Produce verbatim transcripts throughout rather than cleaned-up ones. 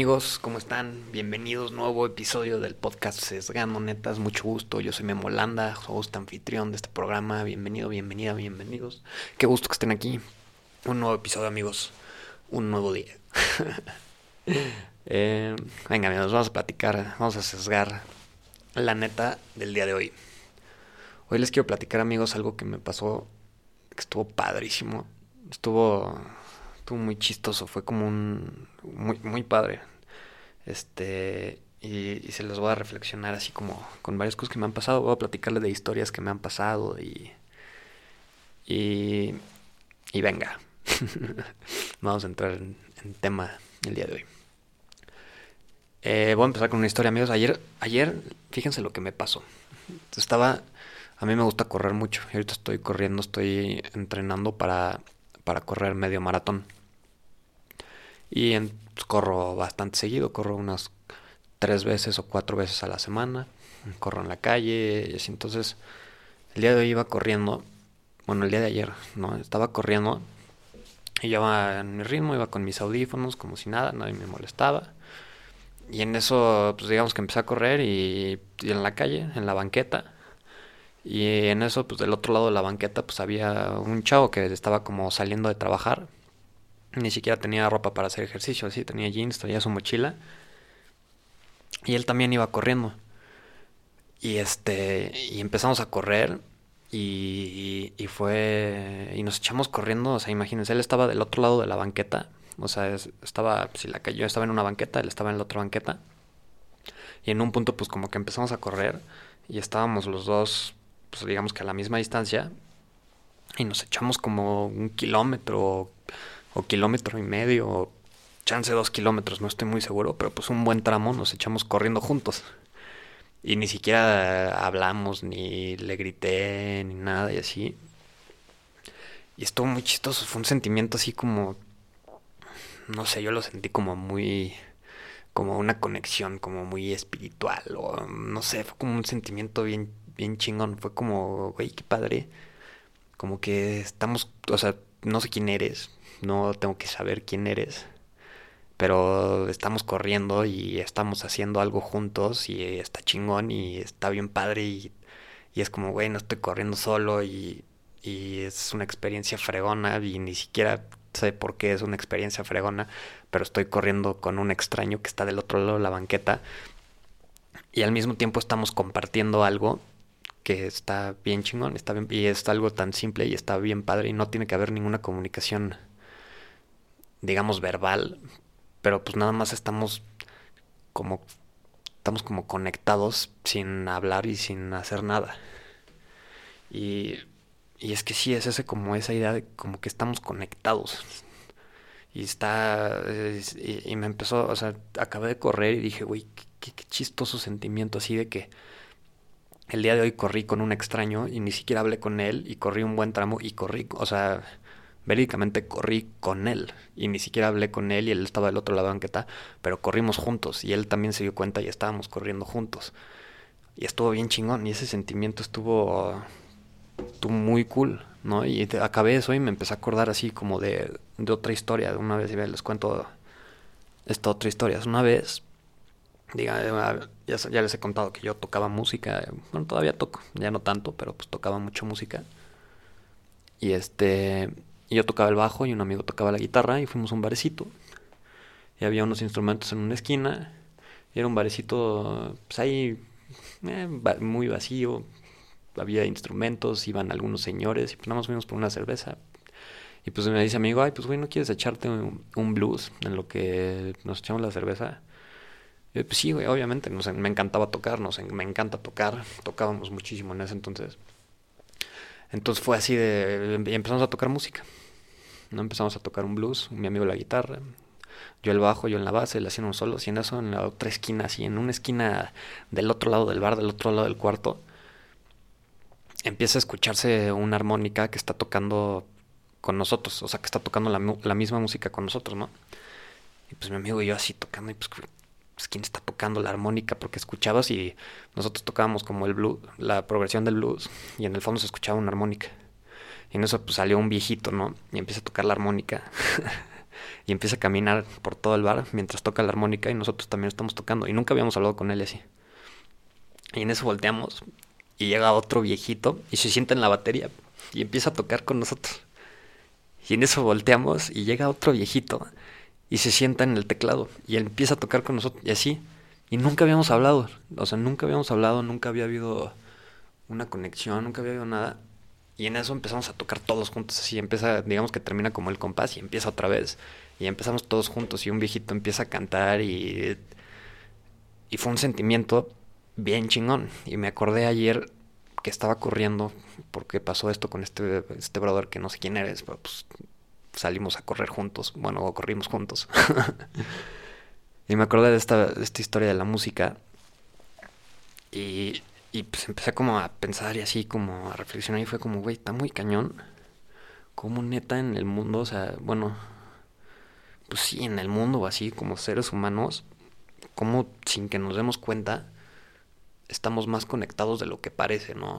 amigos? ¿Cómo están? Bienvenidos a un nuevo episodio del podcast Sesgando Netas. Mucho gusto, yo soy Memo Landa, host anfitrión de este programa. Bienvenido, bienvenida, bienvenidos. Qué gusto que estén aquí. Un nuevo episodio, amigos. Un nuevo día. eh, venga, amigos, vamos a platicar, vamos a sesgar la neta del día de hoy. Hoy les quiero platicar, amigos, algo que me pasó que estuvo padrísimo. Estuvo... Estuvo muy chistoso, fue como un... Muy, muy padre. Este... Y, y se los voy a reflexionar así como con varias cosas que me han pasado. Voy a platicarles de historias que me han pasado y... Y... Y venga. Vamos a entrar en, en tema el día de hoy. Eh, voy a empezar con una historia, amigos. Ayer, ayer, fíjense lo que me pasó. Estaba... A mí me gusta correr mucho. Y ahorita estoy corriendo, estoy entrenando para... para correr medio maratón. Y en, pues, corro bastante seguido, corro unas tres veces o cuatro veces a la semana. Corro en la calle y así. Entonces, el día de hoy iba corriendo. Bueno, el día de ayer, ¿no? Estaba corriendo y yo iba en mi ritmo, iba con mis audífonos como si nada, nadie me molestaba. Y en eso, pues digamos que empecé a correr y, y en la calle, en la banqueta. Y en eso, pues del otro lado de la banqueta, pues había un chavo que estaba como saliendo de trabajar. Ni siquiera tenía ropa para hacer ejercicio, así, tenía jeans, traía su mochila. Y él también iba corriendo. Y este, y empezamos a correr. Y, y, y fue, y nos echamos corriendo, o sea, imagínense, él estaba del otro lado de la banqueta. O sea, es- estaba, si la calle, yo estaba en una banqueta, él estaba en la otra banqueta. Y en un punto, pues como que empezamos a correr. Y estábamos los dos, pues digamos que a la misma distancia. Y nos echamos como un kilómetro o kilómetro y medio, o chance dos kilómetros, no estoy muy seguro, pero pues un buen tramo nos echamos corriendo juntos. Y ni siquiera hablamos, ni le grité, ni nada y así. Y estuvo muy chistoso, fue un sentimiento así como, no sé, yo lo sentí como muy, como una conexión, como muy espiritual, o no sé, fue como un sentimiento bien, bien chingón, fue como, güey, qué padre, como que estamos, o sea, no sé quién eres, no tengo que saber quién eres, pero estamos corriendo y estamos haciendo algo juntos y está chingón y está bien padre y, y es como, güey, no estoy corriendo solo y, y es una experiencia fregona y ni siquiera sé por qué es una experiencia fregona, pero estoy corriendo con un extraño que está del otro lado de la banqueta y al mismo tiempo estamos compartiendo algo que está bien chingón, está bien, y es algo tan simple y está bien padre y no tiene que haber ninguna comunicación, digamos, verbal, pero pues nada más estamos como estamos como conectados sin hablar y sin hacer nada. Y, y es que sí, es ese como esa idea de como que estamos conectados. Y está... es- y, y me empezó, o sea, acabé de correr y dije, güey, qué, qué chistoso sentimiento así de que el día de hoy corrí con un extraño y ni siquiera hablé con él y corrí un buen tramo y corrí, o sea, verídicamente corrí con él y ni siquiera hablé con él y él estaba del otro lado de la banqueta, pero corrimos juntos y él también se dio cuenta y estábamos corriendo juntos. Y estuvo bien chingón y ese sentimiento estuvo, estuvo muy cool, ¿no? Y te- acabé eso y me empecé a acordar así como de, de otra historia. De una vez, y les cuento esta otra historia. Una vez, diga, ya, ya les he contado que yo tocaba música. Bueno, todavía toco, ya no tanto, pero pues tocaba mucho música. Y este, y yo tocaba el bajo y un amigo tocaba la guitarra y fuimos a un barecito. Y había unos instrumentos en una esquina. Y era un barecito, pues ahí, eh, va- muy vacío. Había instrumentos, iban algunos señores y pues nada más fuimos por una cerveza. Y pues me dice amigo, ay, pues güey, ¿no quieres echarte un, un blues en lo que nos echamos la cerveza? Y yo, pues sí, güey, obviamente, nos, me encantaba tocar, nos, me encanta tocar, tocábamos muchísimo en ese entonces. Entonces fue así de, y empezamos a tocar música, ¿no? Empezamos a tocar un blues, mi amigo la guitarra, yo el bajo, yo en la base, él haciendo solos, y en eso en la otra esquina, así, en una esquina del otro lado del bar, del otro lado del cuarto, empieza a escucharse una armónica que está tocando con nosotros, o sea, que está tocando la, la misma música con nosotros, ¿no? Y pues mi amigo y yo así tocando, y pues, pues ¿quién está tocando la armónica? Porque escuchabas y nosotros tocábamos como el blues, la progresión del blues, y en el fondo se escuchaba una armónica. Y en eso pues salió un viejito, ¿no? Y empieza a tocar la armónica. y empieza a caminar por todo el bar mientras toca la armónica y nosotros también estamos tocando. Y nunca habíamos hablado con él así. Y en eso volteamos y llega otro viejito y se sienta en la batería y empieza a tocar con nosotros. Y en eso volteamos y llega otro viejito y se sienta en el teclado y él empieza a tocar con nosotros y así. Y nunca habíamos hablado, o sea, nunca habíamos hablado, nunca había habido una conexión, nunca había habido nada. Y en eso empezamos a tocar todos juntos, así empieza, digamos que termina como el compás y empieza otra vez. Y empezamos todos juntos y un viejito empieza a cantar y, y fue un sentimiento bien chingón. Y me acordé ayer que estaba corriendo porque pasó esto con este, este brother que no sé quién eres, pero pues salimos a correr juntos, bueno, o corrimos juntos. Y me acordé de esta, de esta historia de la música y, y pues empecé como a pensar y así como a reflexionar y fue como, güey, está muy cañón. Como neta en el mundo, o sea, bueno, pues sí, en el mundo o así como seres humanos, como sin que nos demos cuenta, estamos más conectados de lo que parece, ¿no?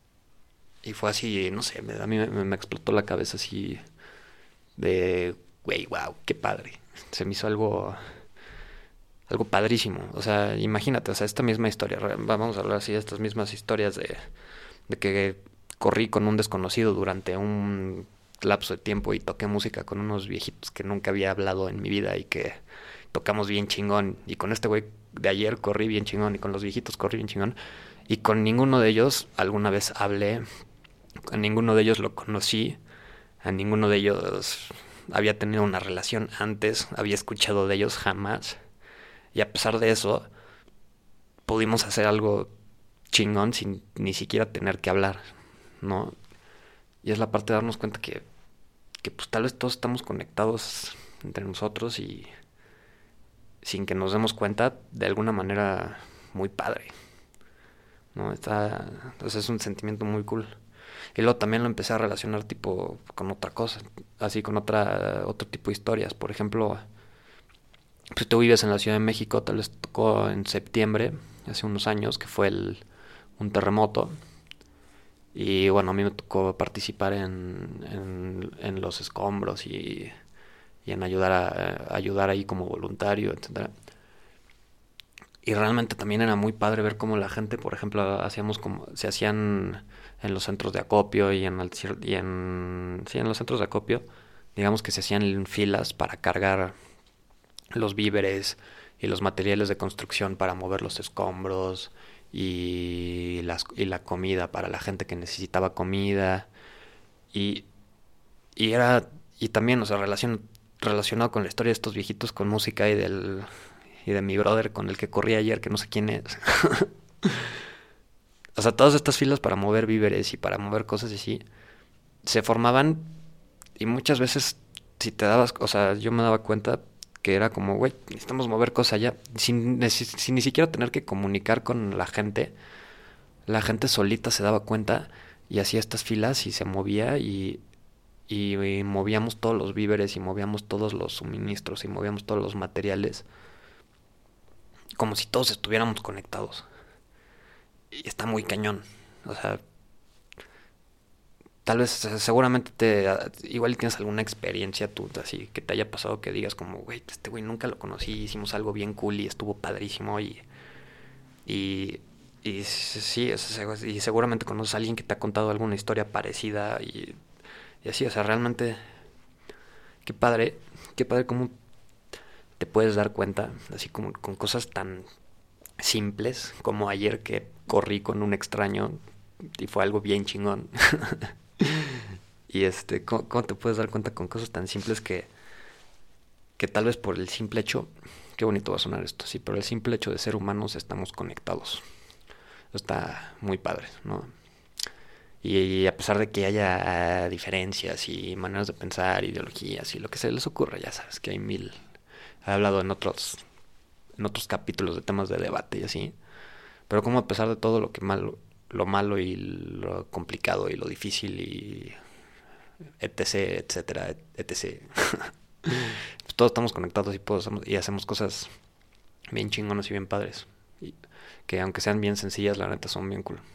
Y fue así, no sé, me, a mí me, me explotó la cabeza así de, güey, wow, qué padre. Se me hizo algo algo padrísimo. O sea, imagínate, o sea, esta misma historia, vamos a hablar así de estas mismas historias de, de que corrí con un desconocido durante un lapso de tiempo y toqué música con unos viejitos que nunca había hablado en mi vida y que tocamos bien chingón. Y con este güey de ayer corrí bien chingón y con los viejitos corrí bien chingón. Y con ninguno de ellos alguna vez hablé, a ninguno de ellos lo conocí, a ninguno de ellos había tenido una relación antes, había escuchado de ellos jamás. Y a pesar de eso, pudimos hacer algo chingón sin ni siquiera tener que hablar, ¿no? Y es la parte de darnos cuenta que, que pues tal vez todos estamos conectados entre nosotros y sin que nos demos cuenta, de alguna manera muy padre, ¿no? Está, entonces es un sentimiento muy cool. Y luego también lo empecé a relacionar tipo con otra cosa, así con otra otro tipo de historias. Por ejemplo, pues tú vives en la Ciudad de México, tal vez tocó en septiembre, hace unos años, que fue el, un terremoto. Y bueno, a mí me tocó participar en, en, en los escombros y, y en ayudar a, a ayudar ahí como voluntario, etcétera. Y realmente también era muy padre ver cómo la gente, por ejemplo, hacíamos como se hacían en los centros de acopio y en, el, y en sí, en los centros de acopio, digamos que se hacían filas para cargar los víveres y los materiales de construcción para mover los escombros y, las, y la comida para la gente que necesitaba comida y, y era y también, o sea, relacion, relacionado con la historia de estos viejitos con música y del y de mi brother con el que corrí ayer que no sé quién es. O sea, todas estas filas para mover víveres y para mover cosas así se formaban y muchas veces si te dabas, o sea, yo me daba cuenta que era como, güey, necesitamos mover cosas allá, sin, sin ni siquiera tener que comunicar con la gente. La gente solita se daba cuenta y hacía estas filas y se movía y, y, y movíamos todos los víveres y movíamos todos los suministros y movíamos todos los materiales como si todos estuviéramos conectados. Y está muy cañón. O sea, tal vez, seguramente te, igual tienes alguna experiencia tú, así, que te haya pasado que digas como, güey, este güey nunca lo conocí, hicimos algo bien cool y estuvo padrísimo y, y, y sí, y seguramente conoces a alguien que te ha contado alguna historia parecida y, y así, o sea, realmente, qué padre, qué padre cómo te puedes dar cuenta, así como con cosas tan simples como ayer que corrí con un extraño y fue algo bien chingón. Y este, ¿cómo, ¿cómo te puedes dar cuenta con cosas tan simples que, que tal vez por el simple hecho, qué bonito va a sonar esto, sí, por el simple hecho de ser humanos estamos conectados? Está muy padre, ¿no? Y a pesar de que haya diferencias y maneras de pensar, ideologías y lo que se les ocurra, ya sabes que hay mil. He hablado en otros, en otros capítulos de temas de debate y así. Pero como a pesar de todo lo que malo, lo malo y lo complicado y lo difícil y etc, etcétera, etcétera. Pues todos estamos conectados y, todos, y hacemos cosas bien chingonas y bien padres. Y que aunque sean bien sencillas, la neta son bien cool.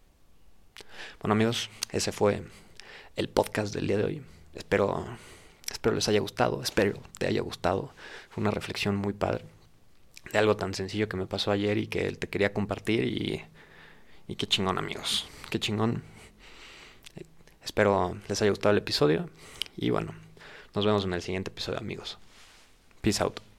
Bueno amigos, ese fue el podcast del día de hoy. Espero Espero les haya gustado, espero te haya gustado. Fue una reflexión muy padre de algo tan sencillo que me pasó ayer y que te quería compartir y, y qué chingón, amigos, qué chingón. Espero les haya gustado el episodio y bueno, nos vemos en el siguiente episodio, amigos. Peace out.